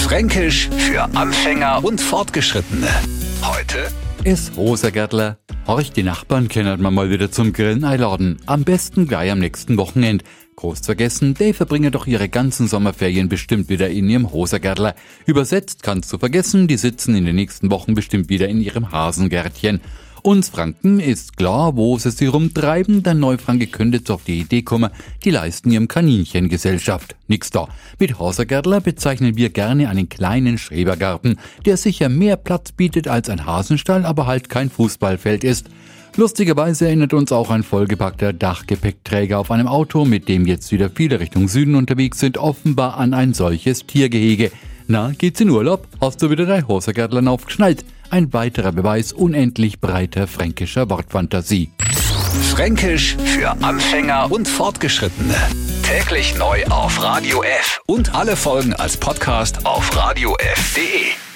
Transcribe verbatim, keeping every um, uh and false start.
Fränkisch für Anfänger und Fortgeschrittene. Heute Es Hosergärtler. Horch, die Nachbarn können man mal wieder zum Grillen einladen. Am besten gleich am nächsten Wochenende. Groß vergessen, die verbringen doch ihre ganzen Sommerferien bestimmt wieder in ihrem Hosergärtler. Übersetzt kannst du vergessen, die sitzen in den nächsten Wochen bestimmt wieder in ihrem Hasengärtchen. Uns Franken ist klar, wo sie sich rumtreiben, der Neufranke könnte jetzt auf die Idee kommen, die leisten ihrem Kaninchen Gesellschaft. Nix da. Mit Hosergärtler bezeichnen wir gerne einen kleinen Schrebergarten, der sicher mehr Platz bietet als ein Hasenstall, aber halt kein Fußballfeld ist. Lustigerweise erinnert uns auch ein vollgepackter Dachgepäckträger auf einem Auto, mit dem jetzt wieder viele Richtung Süden unterwegs sind, offenbar an ein solches Tiergehege. Na, geht's in Urlaub? Hast du wieder dein Hosergärtlein aufgeschnallt? Ein weiterer Beweis unendlich breiter fränkischer Wortfantasie. Fränkisch für Anfänger und Fortgeschrittene. Täglich neu auf Radio F und alle Folgen als Podcast auf radio f punkt de.